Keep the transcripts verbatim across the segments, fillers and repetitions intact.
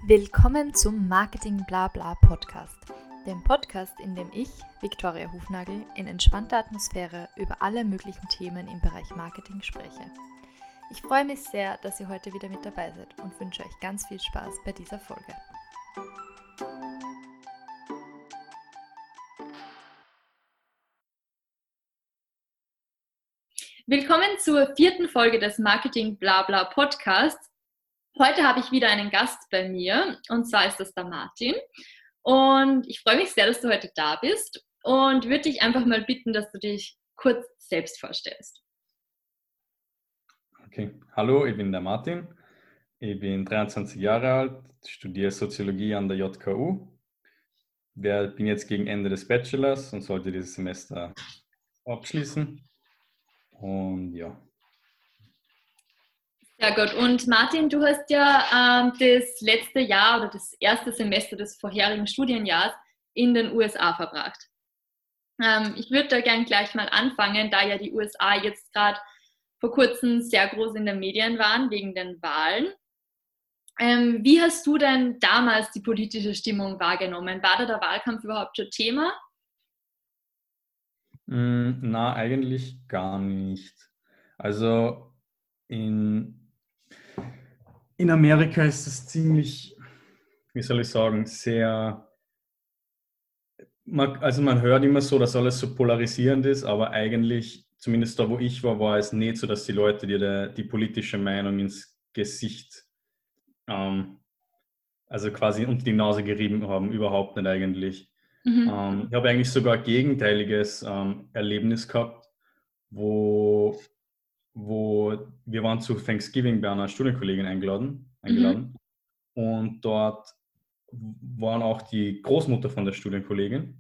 Willkommen zum Marketing Blabla Podcast, dem Podcast, in dem ich, Viktoria Hufnagel, in entspannter Atmosphäre über alle möglichen Themen im Bereich Marketing spreche. Ich freue mich sehr, dass ihr heute wieder mit dabei seid und wünsche euch ganz viel Spaß bei dieser Folge. Willkommen zur vierten Folge des Marketing Blabla Podcasts. Heute habe ich wieder einen Gast bei mir und zwar ist das der Martin und ich freue mich sehr, dass du heute da bist und würde dich einfach mal bitten, dass du dich kurz selbst vorstellst. Okay, hallo, ich bin der Martin, ich bin dreiundzwanzig Jahre alt, studiere Soziologie an der J K U, bin jetzt gegen Ende des Bachelors und sollte dieses Semester abschließen und ja. Sehr gut. Und Martin, du hast ja ähm, das letzte Jahr oder das erste Semester des vorherigen Studienjahres in den U S A verbracht. Ähm, ich würde da gerne gleich mal anfangen, da ja die U S A jetzt gerade vor kurzem sehr groß in den Medien waren wegen den Wahlen. Ähm, wie hast du denn damals die politische Stimmung wahrgenommen? War da der Wahlkampf überhaupt schon Thema? Mm, na, eigentlich gar nicht. Also in In Amerika ist es ziemlich, wie soll ich sagen, sehr, man, also man hört immer so, dass alles so polarisierend ist, aber eigentlich, zumindest da, wo ich war, war es nicht so, dass die Leute dir die, die politische Meinung ins Gesicht, ähm, also quasi unter die Nase gerieben haben, überhaupt nicht eigentlich. Mhm. Ähm, ich habe eigentlich sogar ein gegenteiliges ähm, Erlebnis gehabt, wo, wo wir waren zu Thanksgiving bei einer Studienkollegin eingeladen, eingeladen. Mhm. Und dort waren auch die Großmutter von der Studienkollegin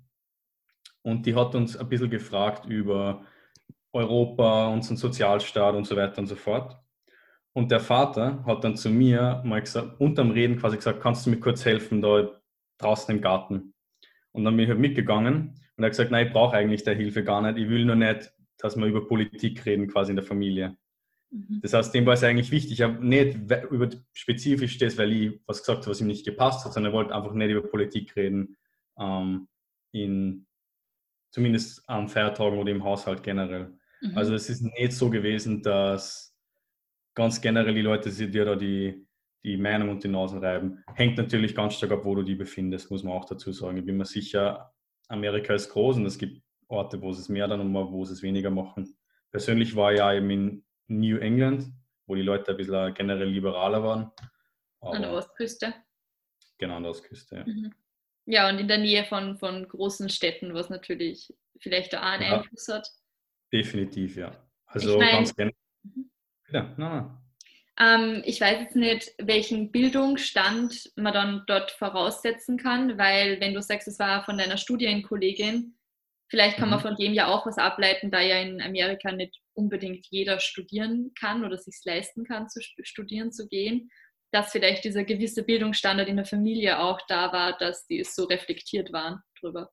und die hat uns ein bisschen gefragt über Europa, unseren Sozialstaat und so weiter und so fort. Und der Vater hat dann zu mir mal gesagt, unterm Reden quasi gesagt, kannst du mir kurz helfen da draußen im Garten? Und dann bin ich halt mitgegangen und er hat gesagt, nein, ich brauche eigentlich der Hilfe gar nicht, ich will nur nicht, dass wir über Politik reden quasi in der Familie. Das heißt, dem war es eigentlich wichtig. Ich habe nicht über spezifisch das, weil ich was gesagt habe, was ihm nicht gepasst hat, sondern er wollte einfach nicht über Politik reden, ähm, in, zumindest an Feiertagen oder im Haushalt generell. Mhm. Also es ist nicht so gewesen, dass ganz generell die Leute sich dir da die, die Meinung und die Nasen reiben. Hängt natürlich ganz stark ab, wo du dich befindest, muss man auch dazu sagen. Ich bin mir sicher, Amerika ist groß und es gibt Orte, wo sie es mehr dann und mal, wo sie es weniger machen. Persönlich war ich ja eben in New England, wo die Leute ein bisschen generell liberaler waren. Aber an der Ostküste. Genau, an der Ostküste, ja. Mhm. Ja, und in der Nähe von, von großen Städten, was natürlich vielleicht auch einen ja, Einfluss hat. Definitiv, ja. Also ich mein, ganz generell. Ja, nein, nein. Ähm, ich weiß jetzt nicht, welchen Bildungsstand man dann dort voraussetzen kann, weil wenn du sagst, es war von deiner Studienkollegin, vielleicht kann mhm. man von dem ja auch was ableiten, da ja in Amerika nicht unbedingt jeder studieren kann oder sich leisten kann, zu studieren zu gehen, dass vielleicht dieser gewisse Bildungsstandard in der Familie auch da war, dass die so reflektiert waren drüber.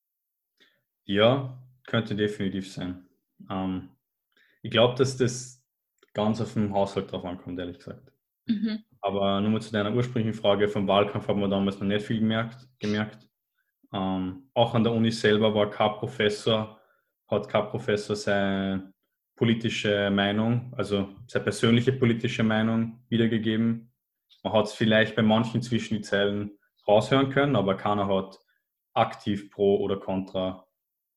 Ja, könnte definitiv sein. Ähm, ich glaube, dass das ganz auf den Haushalt drauf ankommt, ehrlich gesagt. Mhm. Aber nur mal zu deiner ursprünglichen Frage, vom Wahlkampf haben wir damals noch nicht viel gemerkt. gemerkt. Ähm, auch an der Uni selber war kein Professor, hat kein Professor seine politische Meinung, also seine persönliche politische Meinung wiedergegeben. Man hat es vielleicht bei manchen zwischen die Zeilen raushören können, aber keiner hat aktiv pro oder contra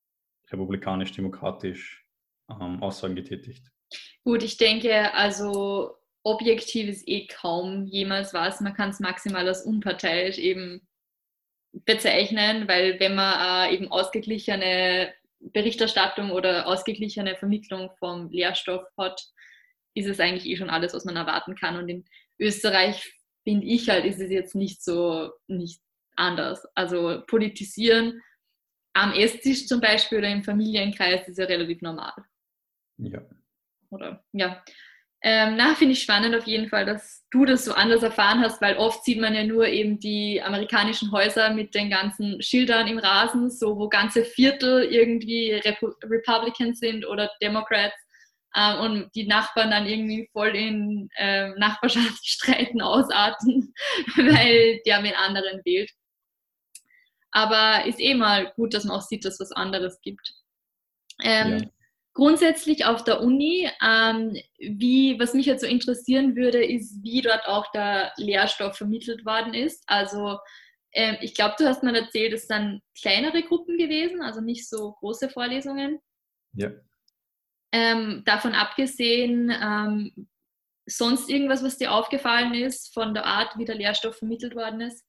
republikanisch-demokratisch ähm, Aussagen getätigt. Gut, ich denke, also objektiv ist eh kaum jemals was. Man kann es maximal als unparteiisch eben bezeichnen, weil wenn man äh, eben ausgeglichene Berichterstattung oder ausgeglichene Vermittlung vom Lehrstoff hat, ist es eigentlich eh schon alles, was man erwarten kann. Und in Österreich, finde ich halt, ist es jetzt nicht so, nicht anders. Also politisieren am Esstisch zum Beispiel oder im Familienkreis ist ja relativ normal. Ja. Oder, ja. Ähm, na, finde ich spannend auf jeden Fall, dass du das so anders erfahren hast, weil oft sieht man ja nur eben die amerikanischen Häuser mit den ganzen Schildern im Rasen, so wo ganze Viertel irgendwie Repu- Republicans sind oder Democrats. ähm, und die Nachbarn dann irgendwie voll in äh, Nachbarschaftsstreiten ausarten, weil der mit anderen wählt. Aber ist eh mal gut, dass man auch sieht, dass es was anderes gibt. Ähm, Ja. Grundsätzlich auf der Uni, ähm, wie, was mich jetzt so interessieren würde, ist, wie dort auch der Lehrstoff vermittelt worden ist. Also ähm, ich glaube, du hast mir erzählt, es sind kleinere Gruppen gewesen, also nicht so große Vorlesungen. Ja. Ähm, davon abgesehen, ähm, sonst irgendwas, was dir aufgefallen ist von der Art, wie der Lehrstoff vermittelt worden ist?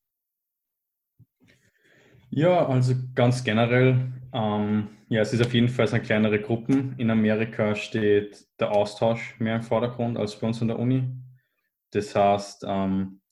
Ja, also ganz generell, ähm, ja, es ist auf jeden Fall sind kleinere Gruppen. In Amerika steht der Austausch mehr im Vordergrund als bei uns an der Uni. Das heißt, ähm,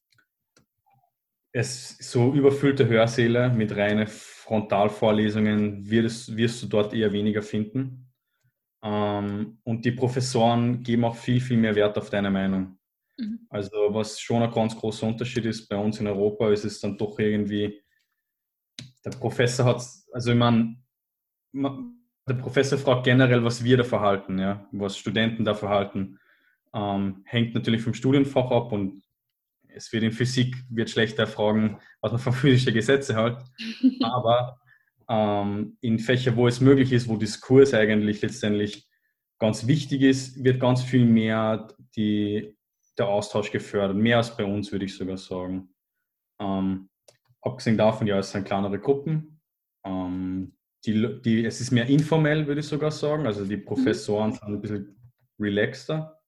es so überfüllte Hörsäle mit reinen Frontalvorlesungen wirst, wirst du dort eher weniger finden. Ähm, und die Professoren geben auch viel, viel mehr Wert auf deine Meinung. Mhm. Also was schon ein ganz großer Unterschied ist bei uns in Europa, ist es dann doch irgendwie, der Professor hat, also ich meine, der Professor fragt generell, was wir da verhalten, ja, was Studenten da verhalten. Ähm, hängt natürlich vom Studienfach ab und es wird in Physik wird schlechter fragen, was man von physischen Gesetze hält. Aber ähm, in Fächern, wo es möglich ist, wo Diskurs eigentlich letztendlich ganz wichtig ist, wird ganz viel mehr die, der Austausch gefördert. Mehr als bei uns, würde ich sogar sagen. Ähm, abgesehen davon, ja, es sind kleinere Gruppen. Ähm, die, die, es ist mehr informell, würde ich sogar sagen. Also die Mhm. Professoren sind ein bisschen relaxter.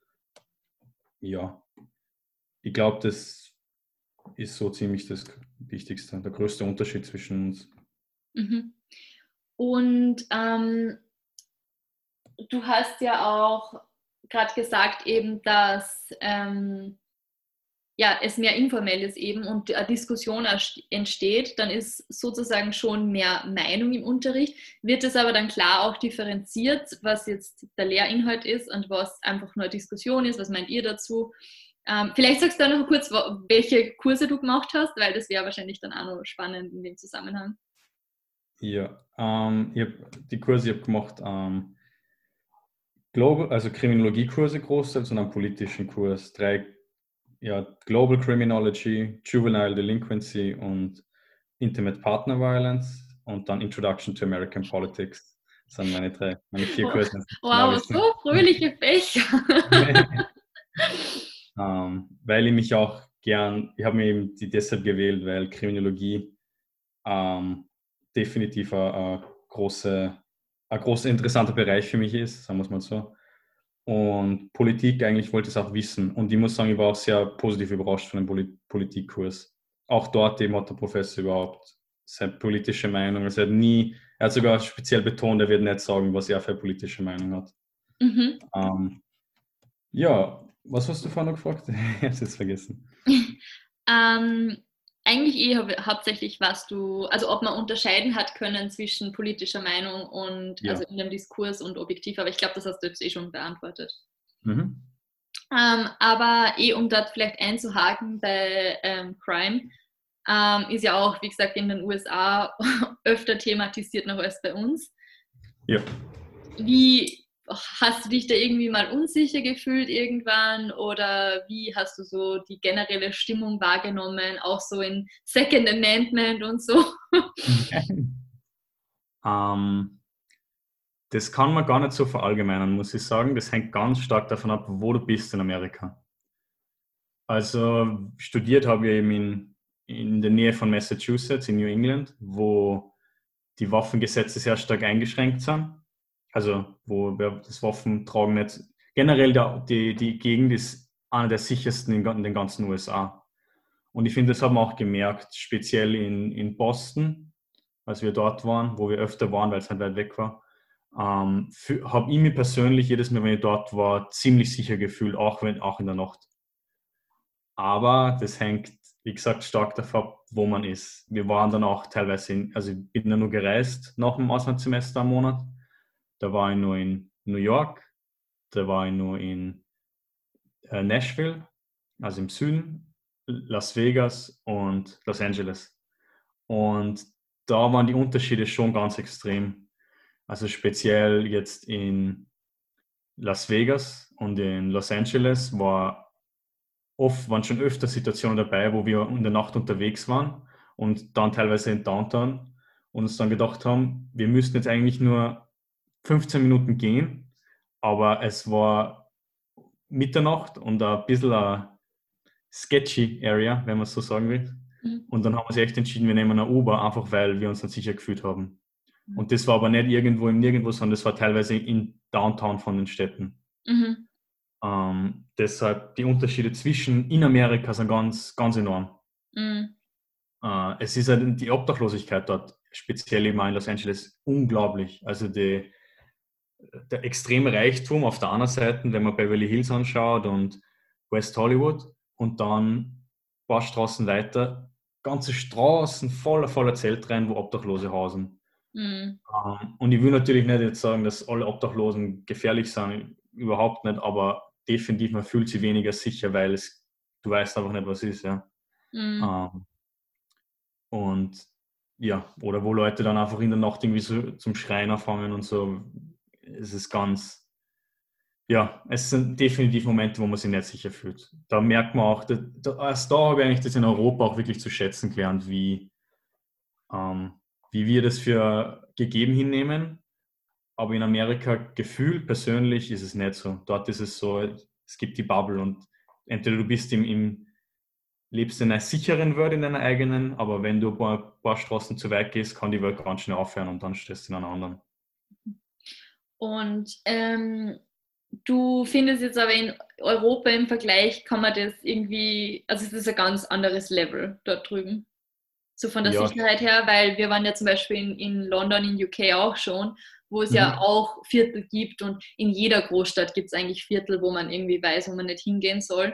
Ja, ich glaube, das ist so ziemlich das Wichtigste, der größte Unterschied zwischen uns. Mhm. Und ähm, du hast ja auch gerade gesagt eben, dass ähm, ja, es mehr informell ist eben und eine Diskussion entsteht, dann ist sozusagen schon mehr Meinung im Unterricht. Wird es aber dann klar auch differenziert, was jetzt der Lehrinhalt ist und was einfach nur eine Diskussion ist? Was meint ihr dazu? Ähm, vielleicht sagst du noch kurz, welche Kurse du gemacht hast, weil das wäre wahrscheinlich dann auch noch spannend in dem Zusammenhang. Ja, ähm, ich hab die Kurse, ich habe gemacht, ähm, Global, also Kriminologiekurse großteils und einen politischen Kurs. Drei, ja, Global Criminology, Juvenile Delinquency und Intimate Partner Violence und dann Introduction to American Politics. Das sind meine drei, meine vier Kurse. Genau Wow, so wissen. fröhliche Fächer. ähm, weil ich mich auch gern, ich habe mir eben die deshalb gewählt, weil Kriminologie ähm, definitiv ein, ein, große, ein großer interessanter Bereich für mich ist, sagen wir es mal so. Und Politik, eigentlich wollte ich es auch wissen. Und ich muss sagen, ich war auch sehr positiv überrascht von dem Polit Politikkurs. Auch dort eben hat der Professor überhaupt seine politische Meinung. Also er hat nie, er hat sogar speziell betont, er wird nicht sagen, was er für eine politische Meinung hat. Mhm. Ähm, ja, was hast du vorhin noch gefragt? Ich habe es jetzt vergessen. Ähm, eigentlich eh hau- hauptsächlich, was du, also ob man unterscheiden hat können zwischen politischer Meinung und, also Ja. in dem Diskurs und objektiv, aber ich glaube, das hast du jetzt eh schon beantwortet. Mhm. Ähm, aber eh, um dort vielleicht einzuhaken bei ähm, Crime, ähm, ist ja auch, wie gesagt, in den U S A öfter thematisiert noch als bei uns. Ja. Wie hast du dich da irgendwie mal unsicher gefühlt irgendwann oder wie hast du so die generelle Stimmung wahrgenommen, auch so in Second Amendment und so? ähm, das kann man gar nicht so verallgemeinern, muss ich sagen. Das hängt ganz stark davon ab, wo du bist in Amerika. Also studiert habe ich eben in, in der Nähe von Massachusetts, in New England, wo die Waffengesetze sehr stark eingeschränkt sind. Also wo das Waffentragen nicht... Generell der, die, die Gegend ist eine der sichersten in, in den ganzen U S A. Und ich finde, das haben wir auch gemerkt, speziell in, in Boston, als wir dort waren, wo wir öfter waren, weil es halt weit weg war. Ähm, habe ich mich persönlich jedes Mal, wenn ich dort war, ziemlich sicher gefühlt, auch, wenn, auch in der Nacht. Aber das hängt, wie gesagt, stark davon ab, wo man ist. Wir waren dann auch teilweise, in, also ich bin ja nur gereist nach dem Auslandssemester am Monat. Da war ich nur in New York, da war ich nur in äh, Nashville, also im Süden, Las Vegas und Los Angeles. Und da waren die Unterschiede schon ganz extrem. Also speziell jetzt in Las Vegas und in Los Angeles war oft, waren schon öfter Situationen dabei, wo wir in der Nacht unterwegs waren und dann teilweise in Downtown und uns dann gedacht haben, wir müssten jetzt eigentlich nur fünfzehn Minuten gehen, aber es war Mitternacht und ein bisschen eine sketchy Area, wenn man es so sagen will. Mhm. Und dann haben wir uns echt entschieden, wir nehmen ein Uber, einfach weil wir uns nicht sicher gefühlt haben. Und das war aber nicht irgendwo im Nirgendwo, sondern das war teilweise in Downtown von den Städten. Mhm. Ähm, deshalb die Unterschiede zwischen in Amerika sind ganz, ganz enorm. Mhm. Äh, es ist halt die Obdachlosigkeit dort, speziell eben in Los Angeles, unglaublich. Also die, der extreme Reichtum auf der anderen Seite, wenn man Beverly Hills anschaut und West Hollywood und dann ein paar Straßen weiter, ganze Straßen voller, voller Zeltreihen, wo Obdachlose hausen. Mhm. Ähm, und ich will natürlich nicht jetzt sagen, dass alle Obdachlosen gefährlich sind, überhaupt nicht, aber definitiv, man fühlt sich weniger sicher, weil es, du weißt einfach nicht, was ist. Ja. Mhm. Ähm, und ja, oder wo Leute dann einfach in der Nacht irgendwie so zum Schreien anfangen und so. Es ist ganz, ja, es sind definitiv Momente, wo man sich nicht sicher fühlt. Da merkt man auch, da, da, erst da habe ich eigentlich das in Europa auch wirklich zu schätzen gelernt, wie, ähm, wie wir das für gegeben hinnehmen. Aber in Amerika gefühlt persönlich ist es nicht so. Dort ist es so, es gibt die Bubble und entweder du bist im, im lebst in einer sicheren Welt, in deiner eigenen, aber wenn du ein paar, paar Straßen zu weit gehst, kann die Welt ganz schnell aufhören und dann stehst du in einer anderen. Und ähm, du findest jetzt aber in Europa im Vergleich, kann man das irgendwie, also es ist ein ganz anderes Level dort drüben. So von der Ja, Sicherheit her, weil wir waren ja zum Beispiel in, in London, in U K auch schon, wo es ja mhm. auch Viertel gibt und in jeder Großstadt gibt es eigentlich Viertel, wo man irgendwie weiß, wo man nicht hingehen soll.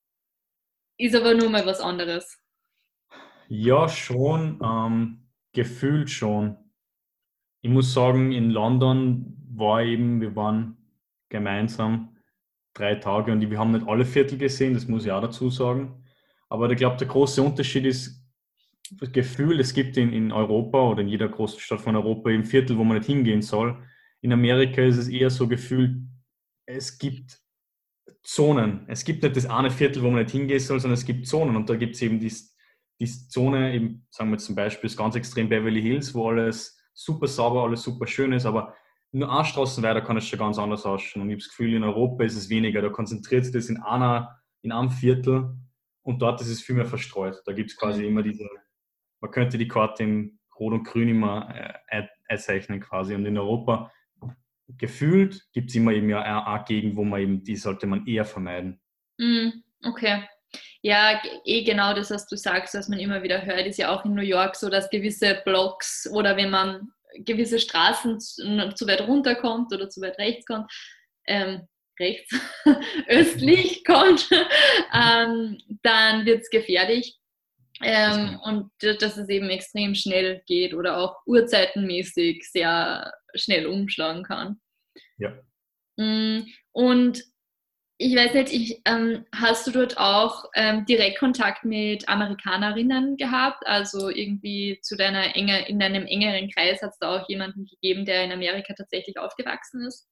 Ist aber nur mal was anderes. Ja, schon, ähm, gefühlt schon. Ich muss sagen, in London war eben, wir waren gemeinsam drei Tage und wir haben nicht alle Viertel gesehen, das muss ich auch dazu sagen. Aber ich glaube, der große Unterschied ist das Gefühl, es gibt in, in Europa oder in jeder großen Stadt von Europa eben Viertel, wo man nicht hingehen soll. In Amerika ist es eher so gefühlt, es gibt Zonen. Es gibt nicht das eine Viertel, wo man nicht hingehen soll, sondern es gibt Zonen. Und da gibt es eben die, die Zone, eben, sagen wir zum Beispiel, das ganz extrem Beverly Hills, wo alles super sauber, alles super schön ist, aber nur eine Straße weiter kann es schon ganz anders ausschauen. Und ich habe das Gefühl, in Europa ist es weniger. Da konzentriert sich das in einer, in einem Viertel und dort ist es viel mehr verstreut. Da gibt es quasi immer diese, man könnte die Karte in Rot und Grün immer äh, einzeichnen quasi. Und in Europa gefühlt gibt es immer eben ja eine, eine Gegend, wo man eben, die sollte man eher vermeiden. Mm, okay. Ja, eh genau das, was du sagst, was man immer wieder hört, ist ja auch in New York so, dass gewisse Blocks oder wenn man gewisse Straßen zu, zu weit runterkommt oder zu weit rechts kommt, ähm, rechts, östlich kommt, ähm, dann wird es gefährlich. Ähm, und dass es eben extrem schnell geht oder auch uhrzeitenmäßig sehr schnell umschlagen kann. Ja. Mm, und ich weiß nicht, ich, ähm, hast du dort auch ähm, Direktkontakt mit Amerikanerinnen gehabt? Also irgendwie zu deiner enge, in deinem engeren Kreis hat es da auch jemanden gegeben, der in Amerika tatsächlich aufgewachsen ist?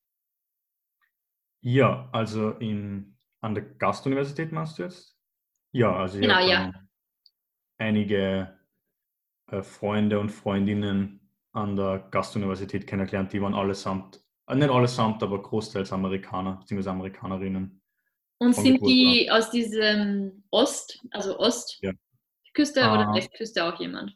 Ja, also in, an der Gastuniversität meinst du jetzt? Ja, also ich Genau, habe ja. ähm, einige äh, Freunde und Freundinnen an der Gastuniversität kennengelernt, die waren allesamt, äh, nicht allesamt, aber großteils Amerikaner, beziehungsweise Amerikanerinnen Und von sind Geburt an. die aus diesem Ost, also Ja. Ostküste oder Äh, Westküste auch jemand?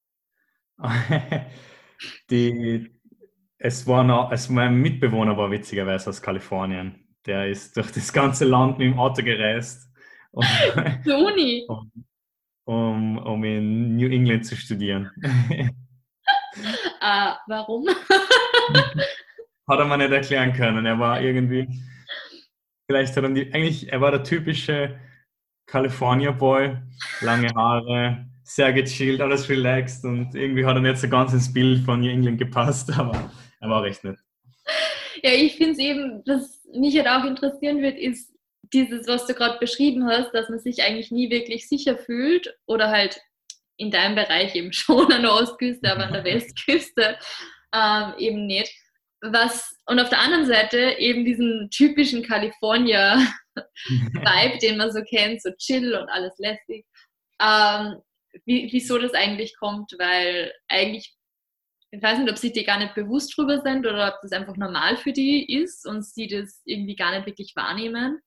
die, es war noch, es, mein Mitbewohner war witzigerweise aus Kalifornien. Der ist durch das ganze Land mit dem Auto gereist, um, Zur Uni. um, um, um in New England zu studieren. Äh, warum? Hat er mir nicht erklären können. Er war irgendwie, vielleicht hat er die, eigentlich, er war der typische California Boy, lange Haare, sehr gechillt, alles relaxed und irgendwie hat er nicht so ganz ins Bild von New England gepasst, aber er war recht nett. Ja, ich finde es eben, was mich halt auch interessieren wird, ist dieses, was du gerade beschrieben hast, dass man sich eigentlich nie wirklich sicher fühlt oder halt in deinem Bereich eben schon an der Ostküste, aber an der Westküste ähm, eben nicht. was, und auf der anderen Seite eben diesen typischen California-Vibe, den man so kennt, so chill und alles lässig. Ähm, wie, wieso das eigentlich kommt, weil eigentlich, ich weiß nicht, ob sie dir gar nicht bewusst drüber sind oder ob das einfach normal für die ist und sie das irgendwie gar nicht wirklich wahrnehmen.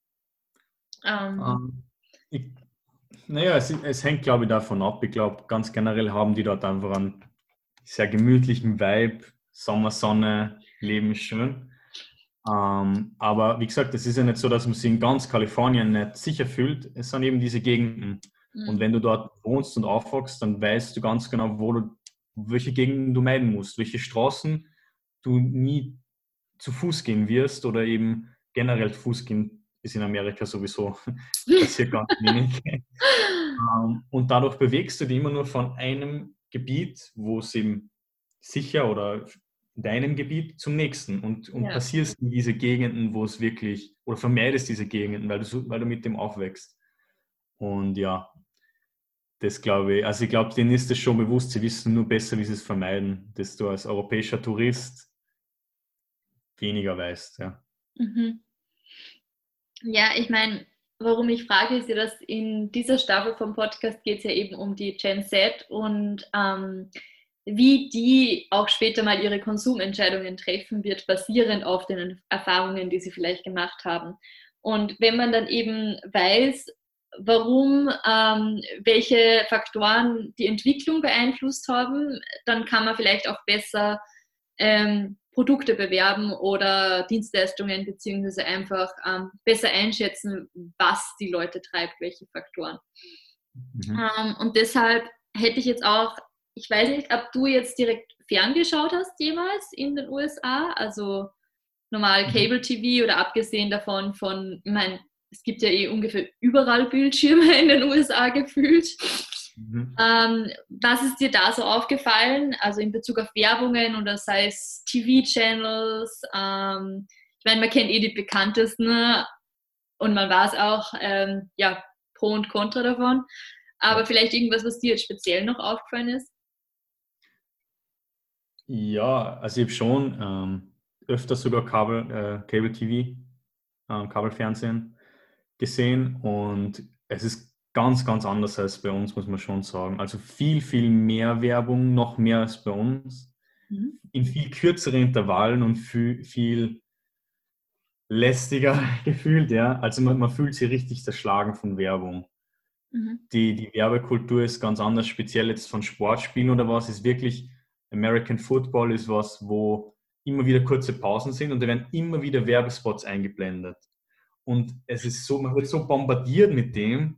Ähm, Ähm, ich, naja, es, es hängt, glaube ich, davon ab. Ich glaube, ganz generell haben die dort einfach einen sehr gemütlichen Vibe. Sommersonne, Leben ist schön. Ähm, aber wie gesagt, es ist ja nicht so, dass man sich in ganz Kalifornien nicht sicher fühlt. Es sind eben diese Gegenden. Und wenn du dort wohnst und aufwachst, dann weißt du ganz genau, wo du, welche Gegenden du meiden musst, welche Straßen du nie zu Fuß gehen wirst oder eben generell zu Fuß gehen ist in Amerika sowieso passiert ganz wenig. Ähm, und dadurch bewegst du dich immer nur von einem Gebiet, wo es eben sicher oder in deinem Gebiet zum nächsten und, und ja. passierst in diese Gegenden, wo es wirklich, oder vermeidest diese Gegenden, weil du, weil du mit dem aufwächst. Und ja, das glaube ich, also ich glaube, denen ist das schon bewusst, sie wissen nur besser, wie sie es vermeiden, dass du als europäischer Tourist weniger weißt, ja. Mhm. Ja, ich meine, warum ich frage, ist ja, dass in dieser Staffel vom Podcast geht es ja eben um die Gen Z und ähm, wie die auch später mal ihre Konsumentscheidungen treffen wird, basierend auf den Erfahrungen, die sie vielleicht gemacht haben. Und wenn man dann eben weiß, warum, ähm, welche Faktoren die Entwicklung beeinflusst haben, dann kann man vielleicht auch besser ähm, Produkte bewerben oder Dienstleistungen beziehungsweise einfach ähm, besser einschätzen, was die Leute treibt, welche Faktoren. Mhm. Ähm, und deshalb hätte ich jetzt auch, ich weiß nicht, ob du jetzt direkt ferngeschaut hast jemals in den U S A, also normal Cable-T V oder abgesehen davon von, ich meine, es gibt ja eh ungefähr überall Bildschirme in den U S A gefühlt. Mhm. Ähm, was ist dir da so aufgefallen, also in Bezug auf Werbungen oder sei es T V-Channels? Ähm, ich meine, man kennt eh die bekanntesten und man weiß auch, ähm, ja, Pro und Contra davon. Aber ja, vielleicht irgendwas, was dir jetzt speziell noch aufgefallen ist? Ja, also ich habe schon ähm, öfter sogar Kabel, äh, Cable-T V, ähm, Kabelfernsehen gesehen und es ist ganz, ganz anders als bei uns, muss man schon sagen. Also viel, viel mehr Werbung, noch mehr als bei uns, mhm, in viel kürzeren Intervallen und viel, viel lästiger gefühlt, ja. Also man, man fühlt sich richtig zerschlagen von Werbung. Mhm. Die, die Werbekultur ist ganz anders, speziell jetzt von Sportspielen oder was, ist wirklich, American Football ist was, wo immer wieder kurze Pausen sind und da werden immer wieder Werbespots eingeblendet. Und es ist so, man wird so bombardiert mit dem.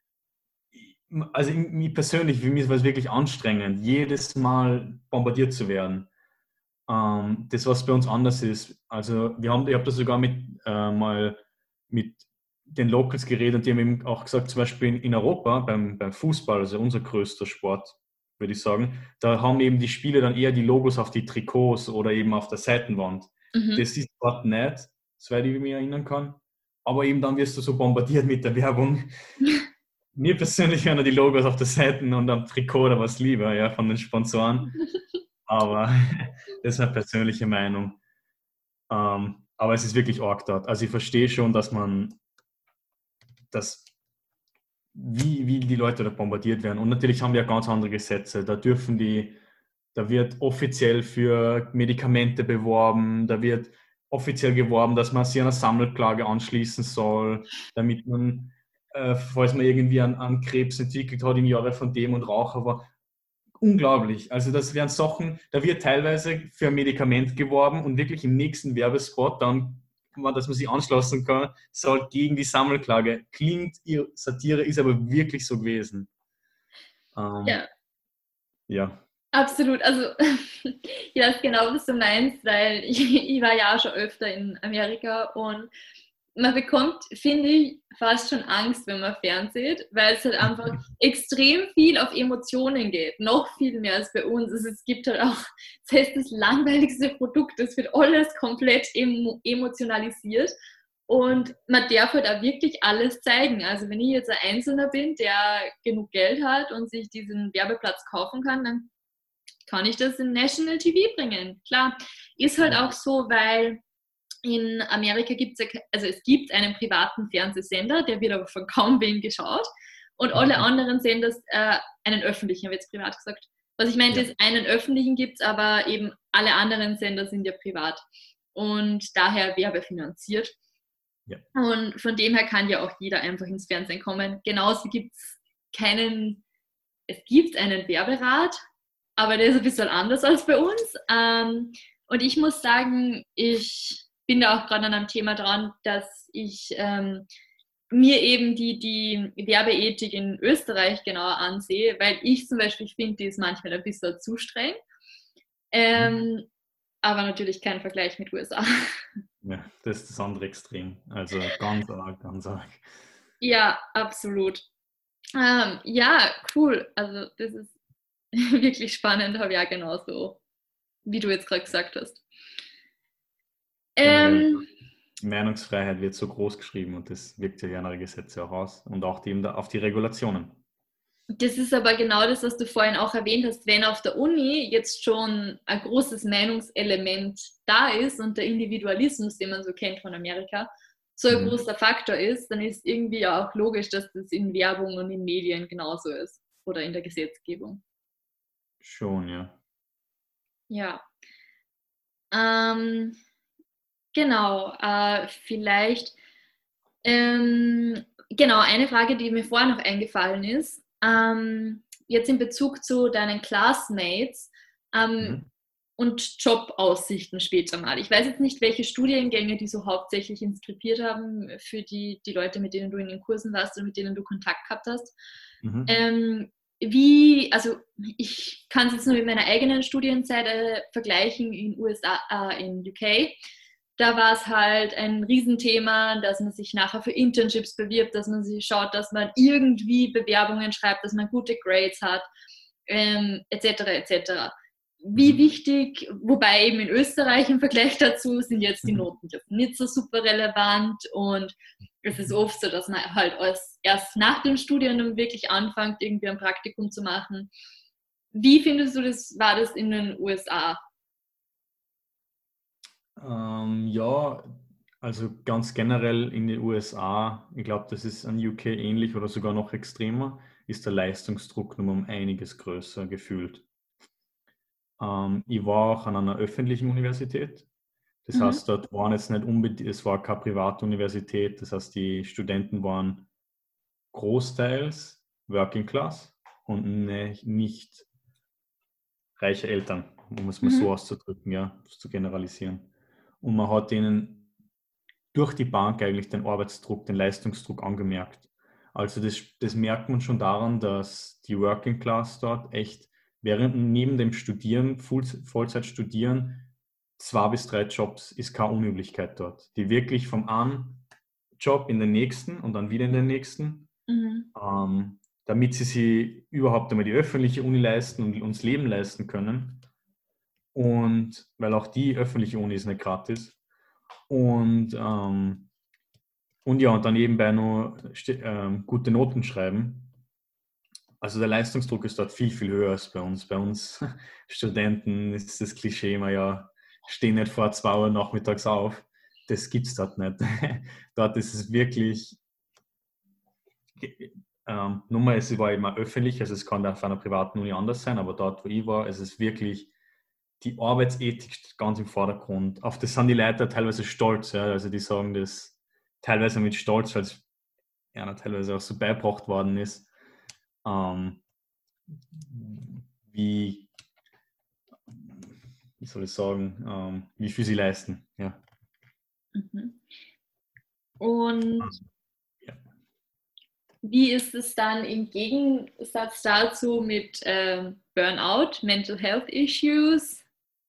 Also mir persönlich, für mich war es wirklich anstrengend, jedes Mal bombardiert zu werden. Ähm, das, was bei uns anders ist. Also wir haben, ich habe das sogar mit äh, mal mit den Locals geredet und die haben eben auch gesagt, zum Beispiel in Europa beim, beim Fußball, also unser größter Sport, würde ich sagen, da haben eben die Spieler dann eher die Logos auf die Trikots oder eben auf der Seitenwand. Mhm. Das ist dort nicht, soweit ich mich erinnern kann. Aber eben dann wirst du so bombardiert mit der Werbung. Mir persönlich wären die Logos auf der Seite und am Trikot oder was lieber, ja, von den Sponsoren. Aber das ist eine persönliche Meinung. Ähm, aber es ist wirklich arg dort. Also ich verstehe schon, dass man das, wie, wie die Leute da bombardiert werden. Und natürlich haben wir ja ganz andere Gesetze. Da dürfen die, da wird offiziell für Medikamente beworben, da wird offiziell geworben, dass man sich einer Sammelklage anschließen soll, damit man, äh, falls man irgendwie an, an Krebs entwickelt hat im Jahre von dem und Raucher war. Unglaublich. Also das wären Sachen, da wird teilweise für ein Medikament geworben und wirklich im nächsten Werbespot dann, dass man sich anschließen kann, soll gegen die Sammelklage. Klingt Satire, ist aber wirklich so gewesen. Ähm, ja. Ja. Absolut. Also ich weiß genau, was du meinst, weil ich, ich war ja auch schon öfter in Amerika und man bekommt, finde ich, fast schon Angst, wenn man fernsieht, weil es halt einfach extrem viel auf Emotionen geht. Noch viel mehr als bei uns. Also es gibt halt auch, das heißt, das langweiligste Produkt, das wird alles komplett emo- emotionalisiert. Und man darf halt auch wirklich alles zeigen. Also wenn ich jetzt ein Einzelner bin, der genug Geld hat und sich diesen Werbeplatz kaufen kann, dann kann ich das in National T V bringen? Klar, ist halt auch so, weil in Amerika gibt es, also es gibt einen privaten Fernsehsender, der wird aber von kaum wem geschaut und alle anderen Sender, äh, einen öffentlichen, habe ich jetzt privat gesagt. Was ich meinte, Ja. ist, einen öffentlichen gibt es, aber eben alle anderen Sender sind ja privat und daher werbefinanziert. Ja. Und von dem her kann ja auch jeder einfach ins Fernsehen kommen. Genauso gibt es keinen, es gibt einen Werberat, aber der ist ein bisschen anders als bei uns. Ähm, und ich muss sagen, ich bin da auch gerade an einem Thema dran, dass ich ähm, mir eben die, die Werbeethik in Österreich genauer ansehe, weil ich zum Beispiel finde, die ist manchmal ein bisschen zu streng. Ähm, mhm. Aber natürlich kein Vergleich mit U S A. Ja, das ist das andere Extrem. Also ganz arg, ganz arg. Ja, absolut. Ähm, ja, cool. Also das ist wirklich spannend, habe ich auch genauso, wie du jetzt gerade gesagt hast. Generell, Ähm, die Meinungsfreiheit wird so groß geschrieben und das wirkt ja andere Gesetze auch aus und auch die, auf die Regulationen. Das ist aber genau das, was du vorhin auch erwähnt hast. Wenn auf der Uni jetzt schon ein großes Meinungselement da ist und der Individualismus, den man so kennt von Amerika, so ein mhm. großer Faktor ist, dann ist irgendwie auch logisch, dass das in Werbung und in Medien genauso ist oder in der Gesetzgebung. Schon, ja. Ja. Ähm, genau, äh, vielleicht, ähm, genau, eine Frage, die mir vorher noch eingefallen ist, ähm, jetzt in Bezug zu deinen Classmates ähm, mhm. und Jobaussichten später mal. Ich weiß jetzt nicht, welche Studiengänge die so hauptsächlich inskribiert haben für die, die Leute, mit denen du in den Kursen warst oder mit denen du Kontakt gehabt hast. Mhm. Ähm, wie, also ich kann es jetzt nur mit meiner eigenen Studienzeit äh, vergleichen in U S A, äh, in U K. Da war es halt ein Riesenthema, dass man sich nachher für Internships bewirbt, dass man sich schaut, dass man irgendwie Bewerbungen schreibt, dass man gute Grades hat, ähm, et cetera et cetera. Wie wichtig, wobei eben in Österreich im Vergleich dazu sind jetzt die Noten jetzt nicht so super relevant und es ist oft so, dass man halt erst nach dem Studium wirklich anfängt, irgendwie ein Praktikum zu machen. Wie findest du das, war das in den U S A? Ähm, ja, also ganz generell in den U S A, ich glaube, das ist an U K ähnlich oder sogar noch extremer, ist der Leistungsdruck nur um einiges größer gefühlt. Ähm, ich war auch an einer öffentlichen Universität. Das mhm. heißt, dort waren jetzt nicht unbedingt, es war keine Privatuniversität, das heißt, die Studenten waren großteils Working Class und ne, nicht reiche Eltern, um es mal mhm. so auszudrücken, ja, zu generalisieren. Und man hat ihnen durch die Bank eigentlich den Arbeitsdruck, den Leistungsdruck angemerkt. Also das, das merkt man schon daran, dass die Working Class dort echt während neben dem Studieren, Vollzeit studieren, zwei bis drei Jobs ist keine Unüblichkeit dort. Die wirklich vom einen Job in den nächsten und dann wieder in den nächsten, mhm. ähm, damit sie sich überhaupt einmal die öffentliche Uni leisten und uns Leben leisten können. Und weil auch die öffentliche Uni ist nicht gratis. Und, ähm, und ja, und dann nebenbei nur ähm, gute Noten schreiben. Also der Leistungsdruck ist dort viel, viel höher als bei uns. Bei uns Studenten ist das Klischee immer, ja, stehen nicht vor zwei Uhr nachmittags auf. Das gibt es dort nicht. Dort ist es wirklich, ähm, Nummer, es war immer öffentlich, also es kann auf einer privaten Uni anders sein, aber dort, wo ich war, es ist wirklich die Arbeitsethik ganz im Vordergrund. Auf das sind die Leute teilweise stolz. Ja? Also die sagen das teilweise mit Stolz, weil es ja, teilweise auch so beigebracht worden ist, ähm, wie, wie soll ich sagen, ähm, wie viel sie leisten. Ja. Mhm. Und also, ja. Wie ist es dann im Gegensatz dazu mit äh, Burnout, Mental Health Issues?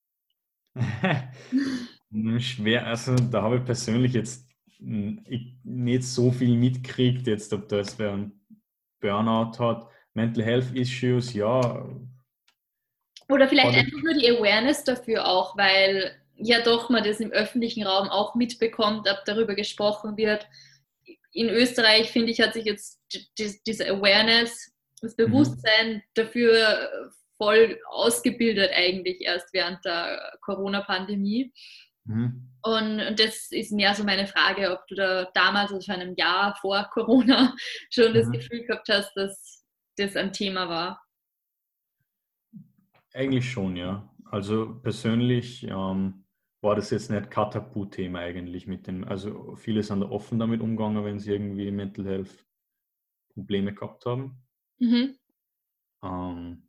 Schwer, also da habe ich persönlich jetzt nicht so viel mitgekriegt, jetzt ob das wer ein Burnout hat. Mental Health Issues, ja. Oder vielleicht einfach nur die Awareness dafür auch, weil ja doch man das im öffentlichen Raum auch mitbekommt, ob darüber gesprochen wird. In Österreich, finde ich, hat sich jetzt diese Awareness, das Bewusstsein mhm. dafür voll ausgebildet eigentlich erst während der Corona-Pandemie. Mhm. Und, und das ist mehr so meine Frage, ob du da damals, also vor einem Jahr vor Corona, schon das Mhm. Gefühl gehabt hast, dass das ein Thema war. Eigentlich schon, ja. Also persönlich ähm, war das jetzt nicht kein Tabuthema eigentlich mit dem, also viele sind da offen damit umgegangen, wenn sie irgendwie Mental Health Probleme gehabt haben. Mhm. Ähm,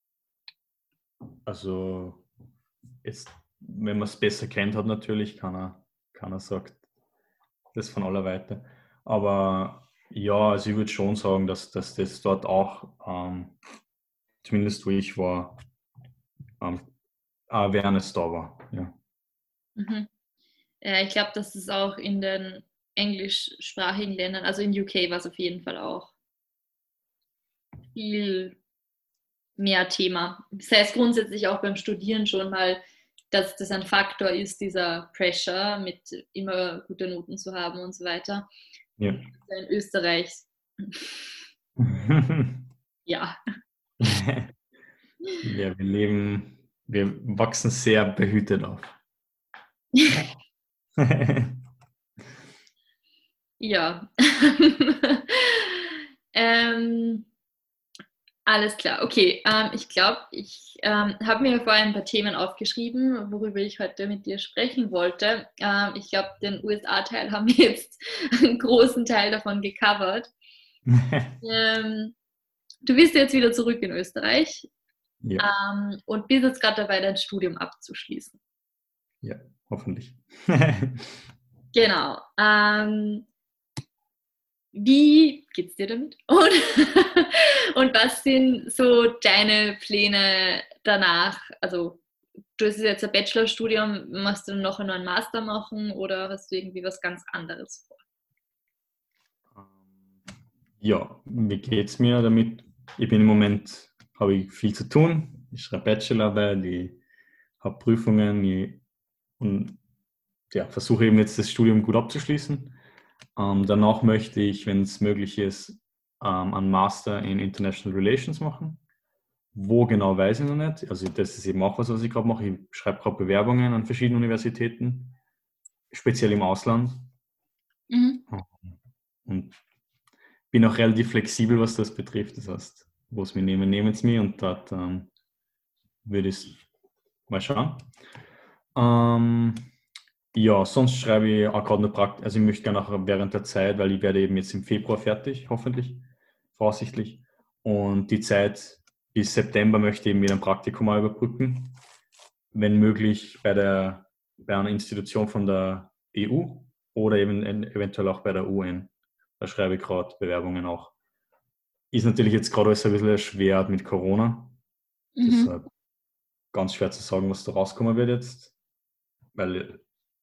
also jetzt, wenn man es besser kennt hat natürlich, keiner, keiner sagt das von aller Weite. Aber ja, also ich würde schon sagen, dass, dass das dort auch, ähm, zumindest wo ich war, ähm, Awareness da war. Ja. Mhm. Ja, ich glaube, das ist auch in den englischsprachigen Ländern, also in U K war es auf jeden Fall auch viel mehr Thema. Das heißt grundsätzlich auch beim Studieren schon mal, dass das ein Faktor ist, dieser Pressure mit immer gute Noten zu haben und so weiter. Ja. In Österreich, ja. Ja, wir leben, wir wachsen sehr behütet auf. Ja. ähm, alles klar, okay. Ähm, ich glaube, ich ähm, habe mir vorher ein paar Themen aufgeschrieben, worüber ich heute mit dir sprechen wollte. Ähm, ich glaube, den U S A-Teil haben wir jetzt einen großen Teil davon gecovert. Ähm, du bist jetzt wieder zurück in Österreich Ja, ähm, und bist jetzt gerade dabei, dein Studium abzuschließen. ja, hoffentlich. Genau. Ähm, Wie geht's dir damit? Und, und was sind so deine Pläne danach? Also, du hast jetzt ein Bachelorstudium, machst du noch einen Master machen oder hast du irgendwie was ganz anderes vor? Ja, wie geht es mir damit? Ich bin im Moment, habe ich viel zu tun. Ich schreibe Bachelorarbeit, ich habe Prüfungen ich, und ja, versuche eben jetzt das Studium gut abzuschließen. Ähm, danach möchte ich, wenn es möglich ist, ähm, einen Master in International Relations machen. Wo genau, weiß ich noch nicht. Also das ist eben auch was, was ich gerade mache. Ich schreibe gerade Bewerbungen an verschiedenen Universitäten, speziell im Ausland. Mhm. Und bin auch relativ flexibel, was das betrifft. Das heißt, wo es mir nehmen, nehmen es mir und dort ähm, würde ich es mal schauen. Ähm, ja, sonst schreibe ich auch gerade eine Praktik. Also ich möchte gerne auch während der Zeit, weil ich werde eben jetzt im Februar fertig, hoffentlich, voraussichtlich. Und die Zeit bis September möchte ich eben mit einem Praktikum mal überbrücken. Wenn möglich bei, der, bei einer Institution von der E U oder eben eventuell auch bei der U N. Da schreibe ich gerade Bewerbungen auch. Ist natürlich jetzt gerade alles ein bisschen erschwert mit Corona. Mhm. Deshalb ganz schwer zu sagen, was da rauskommen wird jetzt. Weil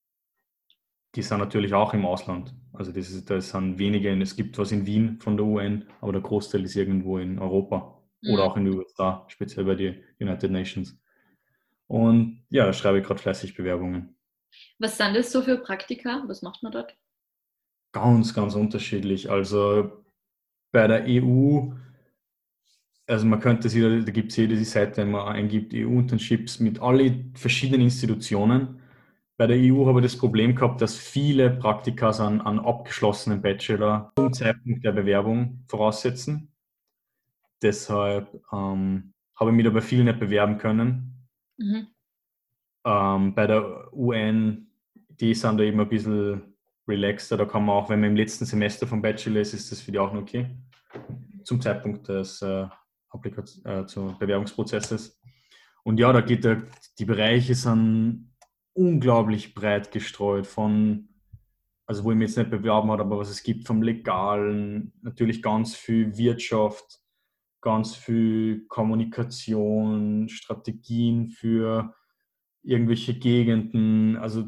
die sind natürlich auch im Ausland. Also das, ist, das sind wenige, es gibt was in Wien von der U N, aber der Großteil ist irgendwo in Europa oder Mhm. auch in den U S A, speziell bei den United Nations. Und ja, da schreibe ich gerade fleißig Bewerbungen. Was sind das so für Praktika? Was macht man dort? Ganz, ganz unterschiedlich. Also bei der E U, also man könnte sich, da gibt es jede Seite, wenn man eingibt, E U-Internships mit allen verschiedenen Institutionen. Bei der E U habe ich das Problem gehabt, dass viele Praktika an, an abgeschlossenen Bachelor zum Zeitpunkt der Bewerbung voraussetzen. Deshalb ähm, habe ich mich da bei vielen nicht bewerben können. Mhm. Ähm, bei der U N, die sind da eben ein bisschen relaxter. Da kann man auch, wenn man im letzten Semester vom Bachelor ist, ist das für die auch noch okay. Zum Zeitpunkt des äh, Applikation, äh, zum Bewerbungsprozesses. Und ja, da geht der, die Bereiche sind unglaublich breit gestreut von, also wo ich mich jetzt nicht bewerben habe, aber was es gibt vom Legalen, natürlich ganz viel Wirtschaft, ganz viel Kommunikation, Strategien für irgendwelche Gegenden, also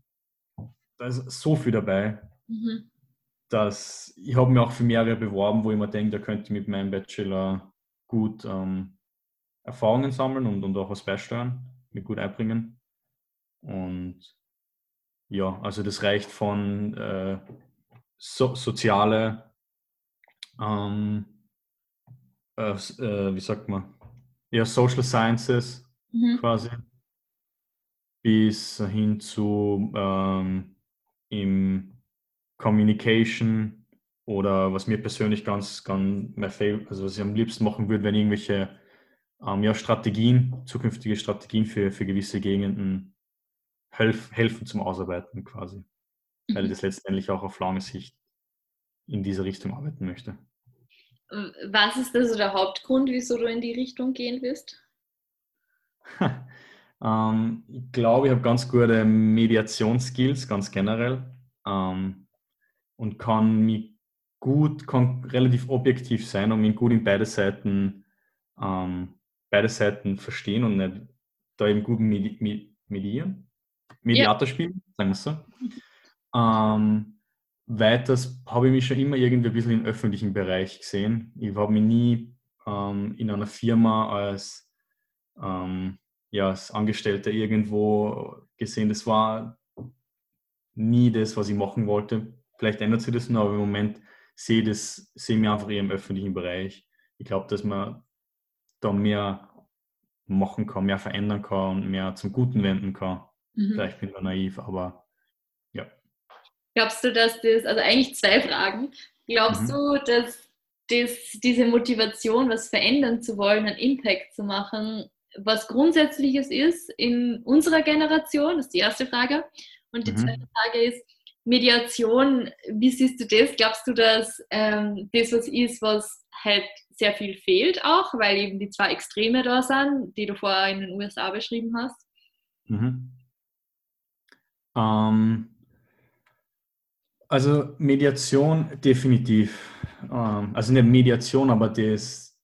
da ist so viel dabei, Mhm. dass ich habe mir auch für mehrere beworben, wo ich mir denke, da könnte ich mit meinem Bachelor gut ähm, Erfahrungen sammeln und, und auch was beisteuern, mir gut einbringen. Und ja, also das reicht von äh, so, soziale, ähm, äh, äh, wie sagt man, ja, Social Sciences Mhm. quasi, bis hin zu ähm, im Communication oder was mir persönlich ganz, ganz, mein Fav- also was ich am liebsten machen würde, wenn irgendwelche ähm, ja, Strategien, zukünftige Strategien für, für gewisse Gegenden helf, helfen zum Ausarbeiten quasi, weil ich Mhm. das letztendlich auch auf lange Sicht in diese Richtung arbeiten möchte. Was ist also der Hauptgrund, wieso du in die Richtung gehen willst? ähm, ich glaube, ich habe ganz gute Mediationsskills, ganz generell. Ähm, und kann mich gut, kann relativ objektiv sein und mich gut in beide Seiten, ähm, beide Seiten verstehen und nicht da eben gut medi medi medieren, Ja. Mediator spielen, sagen wir es so. Ähm, weiters habe ich mich schon immer irgendwie ein bisschen im öffentlichen Bereich gesehen. Ich habe mich nie ähm, in einer Firma als, ähm, ja, als Angestellter irgendwo gesehen. Das war nie das, was ich machen wollte. Vielleicht ändert sich das noch, aber im Moment sehe ich das, sehe ich mich einfach eher im öffentlichen Bereich. Ich glaube, dass man da mehr machen kann, mehr verändern kann und mehr zum Guten wenden kann. Mhm. Vielleicht bin ich da naiv, aber ja. Glaubst du, dass das, also eigentlich zwei Fragen, glaubst Mhm. du, dass das, diese Motivation, was verändern zu wollen, einen Impact zu machen, was Grundsätzliches ist in unserer Generation? Das ist die erste Frage. Und die zweite Mhm. Frage ist, Mediation, wie siehst du das? Glaubst du, dass ähm, das was ist, was halt sehr viel fehlt auch, weil eben die zwei Extreme da sind, die du vorher in den U S A beschrieben hast? Mhm. Ähm, also Mediation definitiv. Ähm, also nicht Mediation, aber das,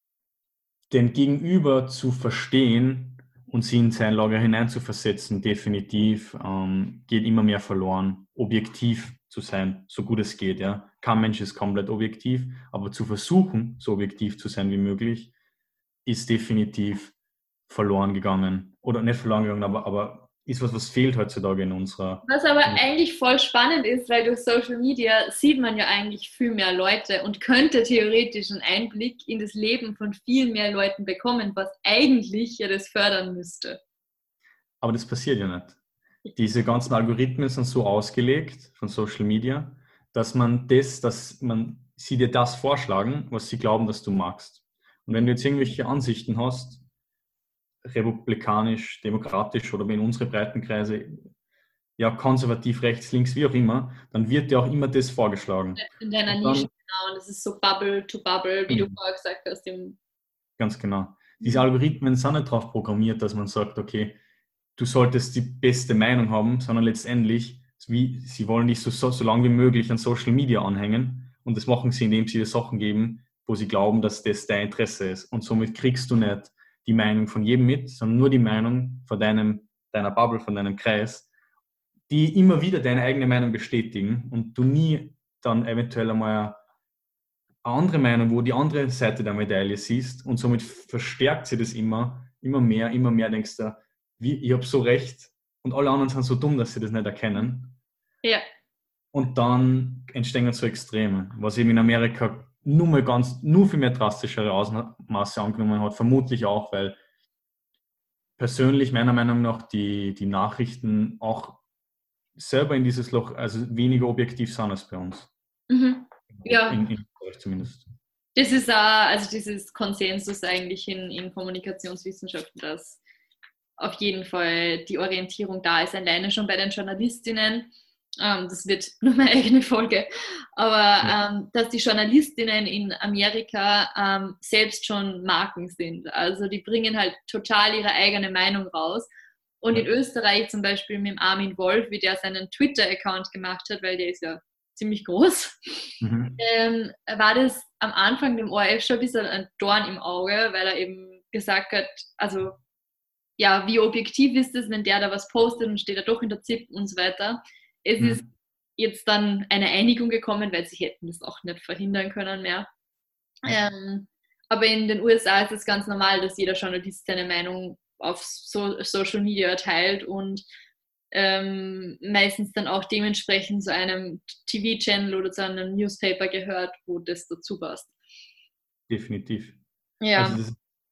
den Gegenüber zu verstehen und sie in sein Lager hineinzuversetzen, definitiv ähm, geht immer mehr verloren, objektiv zu sein, so gut es geht. Ja. Kein Mensch ist komplett objektiv, aber zu versuchen, so objektiv zu sein wie möglich, ist definitiv verloren gegangen. Oder nicht verloren gegangen, aber, aber ist was, was fehlt heutzutage in unserer, Was aber in unserer eigentlich voll spannend ist, weil durch Social Media sieht man ja eigentlich viel mehr Leute und könnte theoretisch einen Einblick in das Leben von viel mehr Leuten bekommen, was eigentlich ja das fördern müsste. Aber das passiert ja nicht. Diese ganzen Algorithmen sind so ausgelegt von Social Media, dass man das, dass man sie dir das vorschlagen, was sie glauben, dass du magst. Und wenn du jetzt irgendwelche Ansichten hast, republikanisch, demokratisch oder in unsere Breitenkreise, ja, konservativ, rechts, links, wie auch immer, dann wird dir auch immer das vorgeschlagen. In deiner Und Nische, dann, genau, und das ist so Bubble to Bubble, wie du genau, vorher gesagt hast. Im ganz genau. Diese Algorithmen sind nicht darauf programmiert, dass man sagt, okay, du solltest die beste Meinung haben, sondern letztendlich, wie, sie wollen dich so, so, so lange wie möglich an Social Media anhängen und das machen sie, indem sie dir Sachen geben, wo sie glauben, dass das dein Interesse ist. Und somit kriegst du nicht die Meinung von jedem mit, sondern nur die Meinung von deinem, deiner Bubble, von deinem Kreis, die immer wieder deine eigene Meinung bestätigen und du nie dann eventuell einmal eine andere Meinung, wo die andere Seite der Medaille siehst und somit verstärkt sie das immer, immer mehr, immer mehr denkst du, wie, ich habe so recht und alle anderen sind so dumm, dass sie das nicht erkennen. Ja, Und dann entstehen so Extreme, was eben in Amerika nur mal ganz, nur viel mehr drastischere Ausmaße angenommen hat, vermutlich auch, weil persönlich meiner Meinung nach die, die Nachrichten auch selber in dieses Loch, also weniger objektiv sind als bei uns. mhm. Ja, In, in Österreich zumindest. das ist auch, also dieses Konsensus eigentlich in, in Kommunikationswissenschaften, dass auf jeden Fall die Orientierung da ist, alleine schon bei den Journalistinnen. Ähm, das wird nur meine eigene Folge. Aber Ja. ähm, dass die Journalistinnen in Amerika ähm, selbst schon Marken sind. Also die bringen halt total ihre eigene Meinung raus. Und Ja. in Österreich zum Beispiel mit dem Armin Wolf, wie der seinen Twitter-Account gemacht hat, weil der ist ja ziemlich groß, Mhm. ähm, war das am Anfang dem O R F schon ein bisschen ein Dorn im Auge, weil er eben gesagt hat, also ja, wie objektiv ist es, wenn der da was postet und steht er doch in der Z I P und so weiter. Es ist Mhm. jetzt dann eine Einigung gekommen, weil sie hätten das auch nicht verhindern können mehr. Ähm, aber in den U S A ist es ganz normal, dass jeder Journalist seine Meinung auf so Social Media teilt und ähm, meistens dann auch dementsprechend zu einem T V-Channel oder zu einem Newspaper gehört, wo das dazu passt. Definitiv. Also Ja. das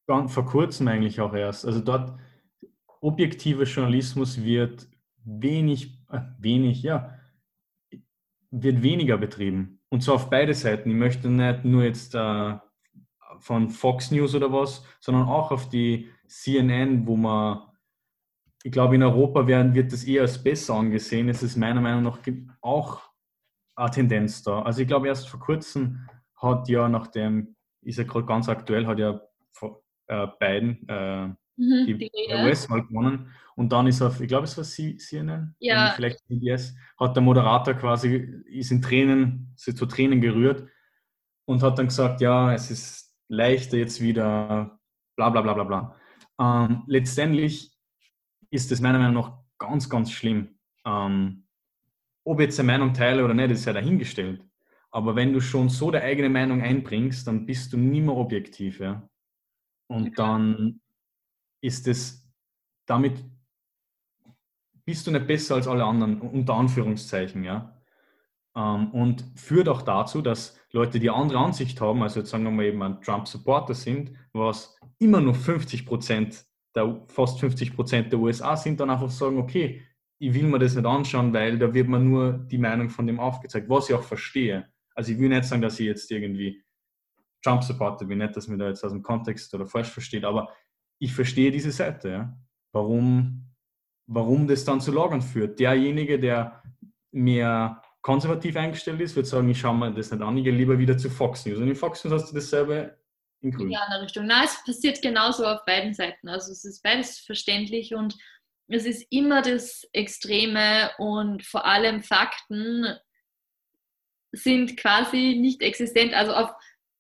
ganz vor kurzem eigentlich auch erst. Also dort objektiver Journalismus wird wenig, äh, wenig, ja, wird weniger betrieben. Und zwar auf beide Seiten. Ich möchte nicht nur jetzt äh, von Fox News oder was, sondern auch auf die C N N, wo man, ich glaube, in Europa werden, wird das eher als besser angesehen. Es ist meiner Meinung nach auch eine Tendenz da. Also ich glaube, erst vor kurzem hat ja, nachdem, ist ja gerade ganz aktuell, hat ja äh, Biden äh, Mhm, die die Rede. U S-Wahl gewonnen und dann ist auf, ich glaube, es war C N N, wenn Ja, vielleicht C B S, hat der Moderator quasi, ist in Tränen, ist zu Tränen gerührt und hat dann gesagt, ja, es ist leichter jetzt wieder, bla bla bla bla bla. Ähm, letztendlich ist das meiner Meinung nach ganz, ganz schlimm. Ähm, ob jetzt eine Meinung teile oder nicht, ist ja dahingestellt. Aber wenn du schon so deine eigene Meinung einbringst, dann bist du nie mehr objektiv. Ja? Und dann ist es, damit bist du nicht besser als alle anderen, unter Anführungszeichen. Ja? Ähm, und führt auch dazu, dass Leute, die andere Ansicht haben, also jetzt sagen wir mal eben ein Trump-Supporter sind, was immer nur fünfzig Prozent, der, fast fünfzig Prozent der U S A sind, dann einfach sagen, okay, ich will mir das nicht anschauen, weil da wird mir nur die Meinung von dem aufgezeigt, was ich auch verstehe. Also ich will nicht sagen, dass ich jetzt irgendwie Trump-Supporter bin, nicht, dass mir da jetzt aus dem Kontext oder falsch versteht, aber ich verstehe diese Seite, ja. Warum, warum das dann zu Lagern führt. Derjenige, der mehr konservativ eingestellt ist, wird sagen, ich schaue mir das nicht an, ich gehe lieber wieder zu Fox News. Und in Fox News hast du dasselbe in in die grün. andere Richtung. Na, es passiert genauso auf beiden Seiten. Also es ist beides verständlich und es ist immer das Extreme und vor allem Fakten sind quasi nicht existent. Also auf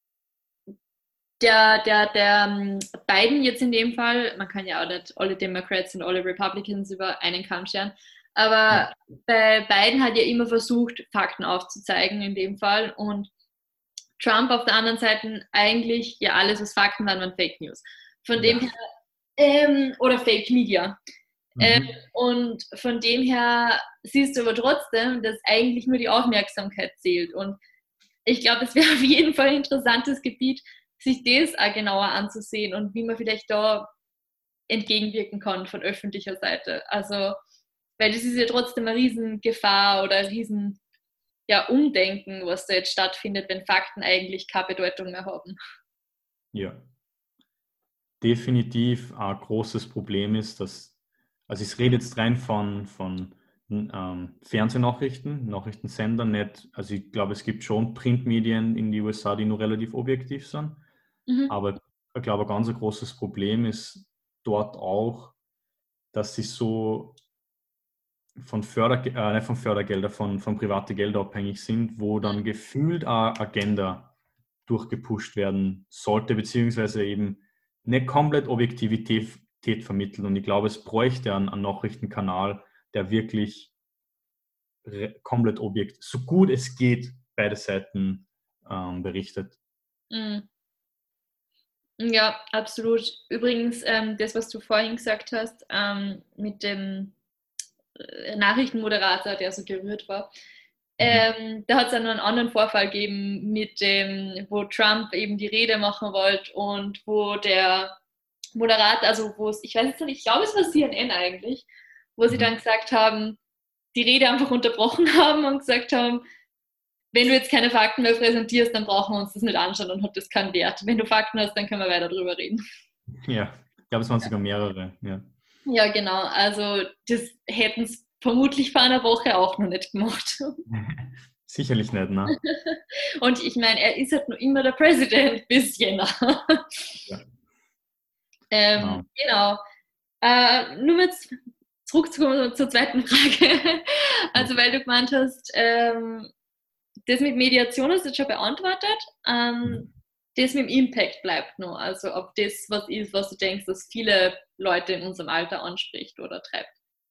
der, der, der ähm, Biden jetzt in dem Fall, man kann ja auch nicht alle Democrats und alle Republicans über einen Kamm scheren, Ja. aber bei Biden hat ja immer versucht, Fakten aufzuzeigen in dem Fall und Trump auf der anderen Seite eigentlich ja alles, was Fakten waren, waren Fake News. Von Ja. dem her, ähm, oder Fake Media. Ähm, Mhm. und von dem her siehst du aber trotzdem, dass eigentlich nur die Aufmerksamkeit zählt. Und ich glaube, es wäre auf jeden Fall ein interessantes Gebiet, sich das auch genauer anzusehen und wie man vielleicht da entgegenwirken kann von öffentlicher Seite. Also, weil das ist ja trotzdem eine Riesengefahr oder ein riesen ja, Umdenken, was da jetzt stattfindet, wenn Fakten eigentlich keine Bedeutung mehr haben. Ja. Definitiv ein großes Problem ist, dass, also ich rede jetzt rein von, von ähm, Fernsehnachrichten, Nachrichtensendern, nicht, also ich glaube, es gibt schon Printmedien in die U S A, die nur relativ objektiv sind, Mhm. aber ich glaube, ein ganz großes Problem ist dort auch, dass sie so von, Förder, äh, nicht von Fördergelder, von, von privaten Geldern abhängig sind, wo dann gefühlt eine Agenda durchgepusht werden sollte, beziehungsweise eben nicht komplett Objektivität vermitteln. Und ich glaube, es bräuchte einen, einen Nachrichtenkanal, der wirklich komplett objekt, so gut es geht, beide Seiten ähm, berichtet. Mhm. Ja, absolut. Übrigens, ähm, das, was du vorhin gesagt hast, ähm, mit dem äh, Nachrichtenmoderator, der so gerührt war, Mhm. ähm, da hat es dann noch einen anderen Vorfall gegeben, mit dem, wo Trump eben die Rede machen wollte und wo der Moderator, also wo es, ich weiß jetzt nicht, ich glaube, es war C N N eigentlich, wo sie dann Mhm. gesagt haben, die Rede einfach unterbrochen haben und gesagt haben, wenn du jetzt keine Fakten mehr präsentierst, dann brauchen wir uns das nicht anschauen und hat das keinen Wert. Wenn du Fakten hast, dann können wir weiter drüber reden. Ja, ich glaube, es waren sogar mehrere. Ja. Ja, genau. Also das hätten es vermutlich vor einer Woche auch noch nicht gemacht. Sicherlich nicht, ne? Und ich meine, er ist halt nur immer der Präsident bis Jänner. Ja. ähm, Ähm, genau. Äh, nur mal zurückzukommen zur zweiten Frage. Also, weil du gemeint hast, ähm, das mit Mediation hast du jetzt schon beantwortet. Ähm, das mit dem Impact bleibt nur. Also, ob das was ist, was du denkst, dass viele Leute in unserem Alter anspricht oder treibt.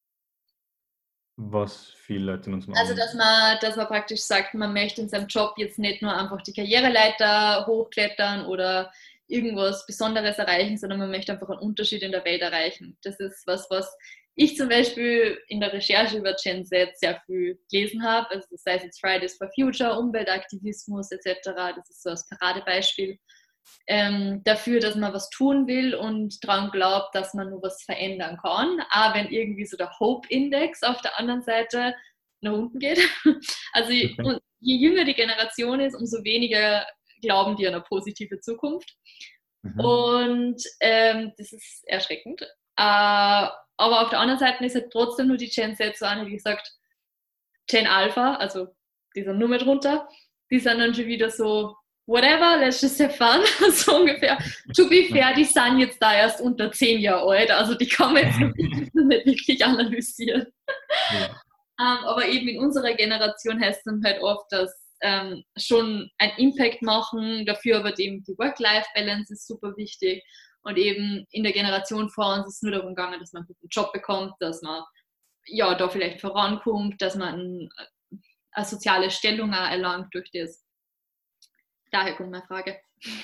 was viele Leute in unserem Also, dass An man, dass man praktisch sagt, man möchte in seinem Job jetzt nicht nur einfach die Karriereleiter hochklettern oder irgendwas Besonderes erreichen, sondern man möchte einfach einen Unterschied in der Welt erreichen. Das ist was, was ich zum Beispiel in der Recherche über Gen Z sehr viel gelesen habe. Also, sei es jetzt Fridays for Future, Umweltaktivismus et cetera. Das ist so das Paradebeispiel. ähm, dafür, dass man was tun will und daran glaubt, dass man nur was verändern kann. Aber wenn irgendwie so der Hope-Index auf der anderen Seite nach unten geht. Also je, Okay. je jünger die Generation ist, umso weniger glauben die an eine positive Zukunft. Mhm. Und ähm, das ist erschreckend. Äh, aber auf der anderen Seite ist halt trotzdem nur die Gen Z so eine, die sagt, Gen Alpha, also die sind nur mit runter, die sind dann schon wieder so, whatever, let's just have fun, so ungefähr. To be fair, die sind jetzt da erst unter zehn Jahre alt, also die kann man jetzt nicht wirklich analysieren. Ja. Um, aber eben in unserer Generation heißt es dann halt oft, dass ähm, schon einen Impact machen, dafür aber eben die Work-Life-Balance ist super wichtig und eben in der Generation vor uns ist es nur darum gegangen, dass man einen guten Job bekommt, dass man ja da vielleicht vorankommt, dass man ein, eine soziale Stellung auch erlangt durch das. Daher kommt meine Frage.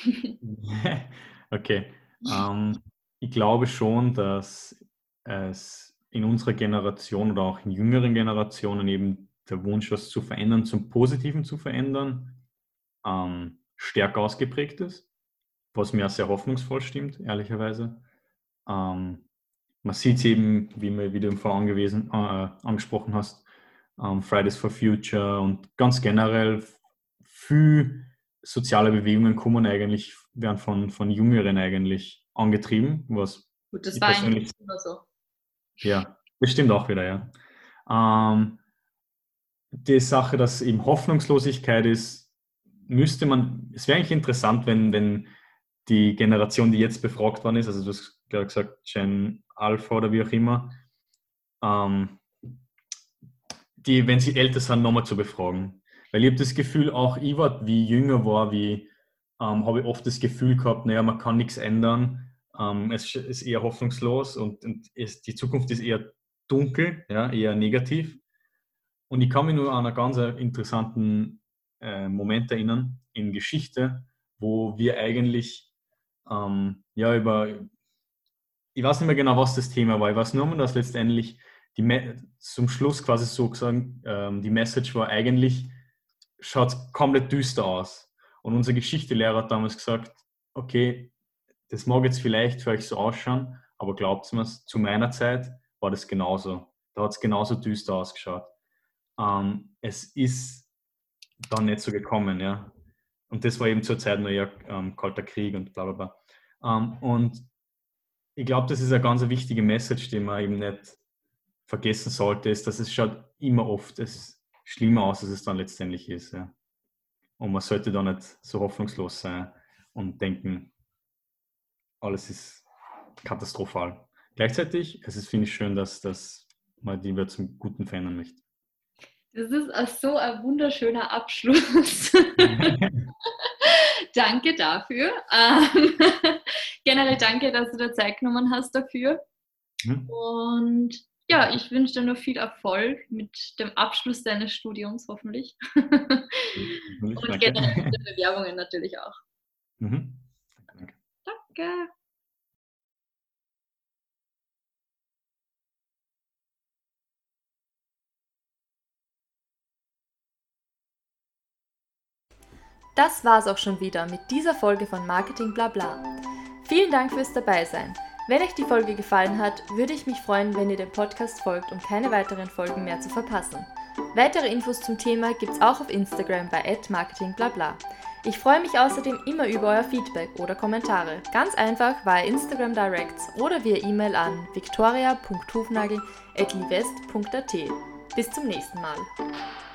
Okay. Ähm, ich glaube schon, dass es in unserer Generation oder auch in jüngeren Generationen eben der Wunsch, was zu verändern, zum Positiven zu verändern, ähm, stärker ausgeprägt ist, was mir sehr hoffnungsvoll stimmt, ehrlicherweise. Ähm, man sieht es eben, wie, wir, wie du im Vorhin gewesen, äh, angesprochen hast, ähm, Fridays for Future und ganz generell viele soziale Bewegungen kommen eigentlich, werden von, von Jüngeren eigentlich angetrieben, was Gut, das ich war persönlich eigentlich immer so. ja, das stimmt auch wieder, ja. Ähm, die Sache, dass eben Hoffnungslosigkeit ist, müsste man, es wäre eigentlich interessant, wenn, wenn die Generation, die jetzt befragt worden ist, also du hast gerade gesagt, Gen Alpha oder wie auch immer, ähm, die, wenn sie älter sind, nochmal zu befragen. Weil ich habe das Gefühl, auch ich war, wie ich jünger war, wie ähm, habe ich oft das Gefühl gehabt, naja, man kann nichts ändern, ähm, es ist eher hoffnungslos und, und es, die Zukunft ist eher dunkel, ja, eher negativ. Und ich kann mich nur an einen ganz interessanten äh, Moment erinnern in Geschichte, wo wir eigentlich ähm, ja über, ich weiß nicht mehr genau, was das Thema war, ich weiß nur, dass letztendlich die Me- zum Schluss quasi so gesagt, ähm, die Message war eigentlich, schaut komplett düster aus. Und unser Geschichtelehrer hat damals gesagt, okay, das mag jetzt vielleicht für euch so ausschauen, aber glaubt mir, zu meiner Zeit war das genauso. Da hat es genauso düster ausgeschaut. Ähm, es ist dann nicht so gekommen, ja. Und das war eben zur Zeit nur ja ähm, Kalter Krieg und bla bla bla. Ähm, und ich glaube, das ist eine ganz wichtige Message, die man eben nicht vergessen sollte, ist, dass es schaut immer oft es schlimmer aus, als es dann letztendlich ist. Ja. Und man sollte da nicht so hoffnungslos sein und denken, alles ist katastrophal. Gleichzeitig, es ist, finde ich, schön, dass, dass man die wieder zum Guten verändern möchte. Das ist so ein wunderschöner Abschluss. Danke dafür. Ähm, generell danke, dass du dir Zeit genommen hast dafür. Hm? Und ja, ich wünsche dir nur viel Erfolg mit dem Abschluss deines Studiums hoffentlich. Und Danke. generell mit den Bewerbungen natürlich auch. Mhm. Danke. Danke. Das war's auch schon wieder mit dieser Folge von Marketing Blabla. Vielen Dank fürs Dabeisein. Wenn euch die Folge gefallen hat, würde ich mich freuen, wenn ihr dem Podcast folgt, um keine weiteren Folgen mehr zu verpassen. Weitere Infos zum Thema gibt's auch auf Instagram bei at marketingblabla. Ich freue mich außerdem immer über euer Feedback oder Kommentare. Ganz einfach via Instagram Directs oder via E-Mail an victoria punkt hufnagel at livest punkt at. Bis zum nächsten Mal.